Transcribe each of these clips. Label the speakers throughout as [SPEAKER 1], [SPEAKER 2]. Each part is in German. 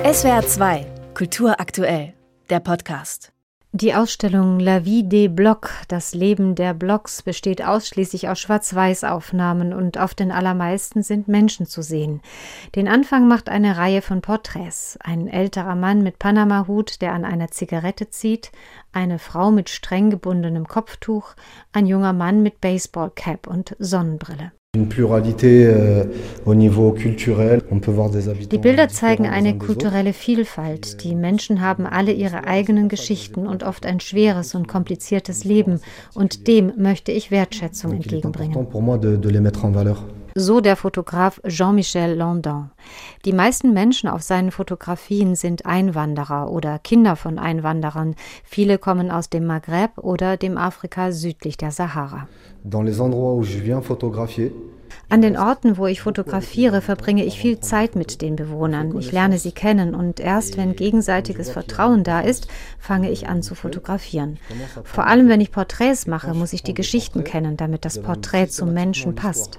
[SPEAKER 1] SWR 2, Kultur aktuell, der Podcast.
[SPEAKER 2] Die Ausstellung La Vie des Blocs, das Leben der Blocks, besteht ausschließlich aus Schwarz-Weiß-Aufnahmen und auf den allermeisten sind Menschen zu sehen. Den Anfang macht eine Reihe von Porträts. Ein älterer Mann mit Panama-Hut, der an einer Zigarette zieht, eine Frau mit streng gebundenem Kopftuch, ein junger Mann mit Baseball-Cap und Sonnenbrille.
[SPEAKER 3] Die
[SPEAKER 2] Bilder zeigen eine kulturelle Vielfalt. Die Menschen haben alle ihre eigenen Geschichten und oft ein schweres und kompliziertes Leben. Und dem möchte ich Wertschätzung entgegenbringen. So der Fotograf Jean-Michel Landon. Die meisten Menschen auf seinen Fotografien sind Einwanderer oder Kinder von Einwanderern. Viele kommen aus dem Maghreb oder dem Afrika südlich der Sahara. An den Orten, wo ich fotografiere, verbringe ich viel Zeit mit den Bewohnern. Ich lerne sie kennen und erst wenn gegenseitiges Vertrauen da ist, fange ich an zu fotografieren. Vor allem, wenn ich Porträts mache, muss ich die Geschichten kennen, damit das Porträt zum Menschen passt.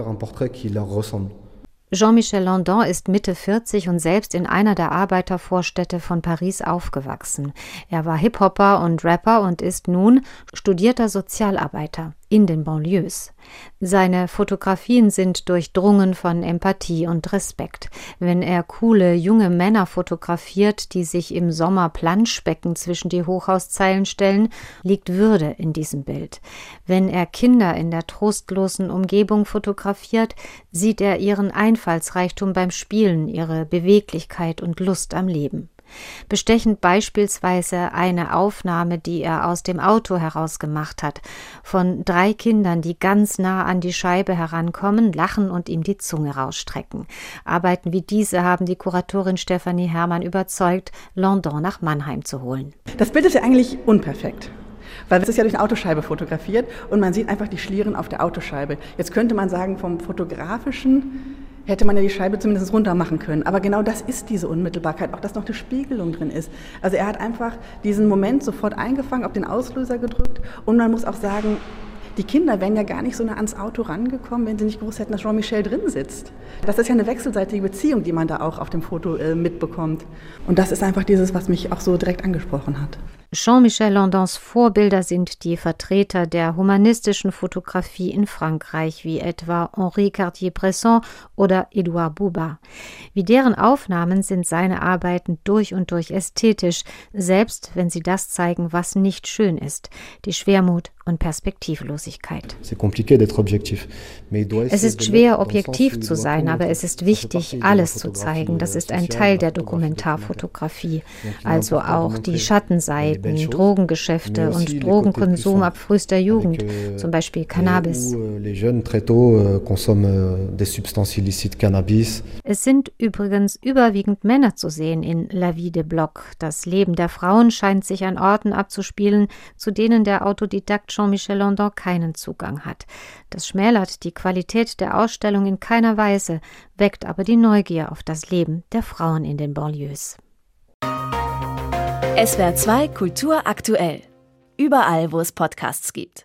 [SPEAKER 2] Jean-Michel Landon ist Mitte 40 und selbst in einer der Arbeitervorstädte von Paris aufgewachsen. Er war Hip-Hopper und Rapper und ist nun studierter Sozialarbeiter in den Banlieues. Seine Fotografien sind durchdrungen von Empathie und Respekt. Wenn er coole, junge Männer fotografiert, die sich im Sommer Planschbecken zwischen die Hochhauszeilen stellen, liegt Würde in diesem Bild. Wenn er Kinder in der trostlosen Umgebung fotografiert, sieht er ihren Einfallsreichtum beim Spielen, ihre Beweglichkeit und Lust am Leben. Bestechend beispielsweise eine Aufnahme, die er aus dem Auto heraus gemacht hat, von 3 Kindern, die ganz nah an die Scheibe herankommen, lachen und ihm die Zunge rausstrecken. Arbeiten wie diese haben die Kuratorin Stefanie Herrmann überzeugt, Landon nach Mannheim zu holen.
[SPEAKER 4] Das Bild ist ja eigentlich unperfekt. Weil es ist ja durch eine Autoscheibe fotografiert und man sieht einfach die Schlieren auf der Autoscheibe. Jetzt könnte man sagen, vom Fotografischen hätte man ja die Scheibe zumindest runter machen können. Aber genau das ist diese Unmittelbarkeit, auch dass noch eine Spiegelung drin ist. Also er hat einfach diesen Moment sofort eingefangen, auf den Auslöser gedrückt und man muss auch sagen, die Kinder wären ja gar nicht so nah ans Auto rangekommen, wenn sie nicht gewusst hätten, dass Jean-Michel drin sitzt. Das ist ja eine wechselseitige Beziehung, die man da auch auf dem Foto mitbekommt. Und das ist einfach dieses, was mich auch so direkt angesprochen hat.
[SPEAKER 2] Jean-Michel Landons Vorbilder sind die Vertreter der humanistischen Fotografie in Frankreich, wie etwa Henri Cartier-Bresson oder Édouard Bouba. Wie deren Aufnahmen sind seine Arbeiten durch und durch ästhetisch, selbst wenn sie das zeigen, was nicht schön ist, die Schwermut und Perspektivlosigkeit. Es ist schwer, objektiv zu sein, aber es ist wichtig, alles zu zeigen. Das ist ein Teil der Dokumentarfotografie, also auch die Schattenseiten, Drogengeschäfte und Drogenkonsum ab frühester Jugend, zum Beispiel Cannabis. Es sind übrigens überwiegend Männer zu sehen in La Vie des Blocs. Das Leben der Frauen scheint sich an Orten abzuspielen, zu denen der Autodidakt Jean-Michel Landon keinen Zugang hat. Das schmälert die Qualität der Ausstellung in keiner Weise, weckt aber die Neugier auf das Leben der Frauen in den Banlieues.
[SPEAKER 1] SWR 2 Kultur aktuell. Überall, wo es Podcasts gibt.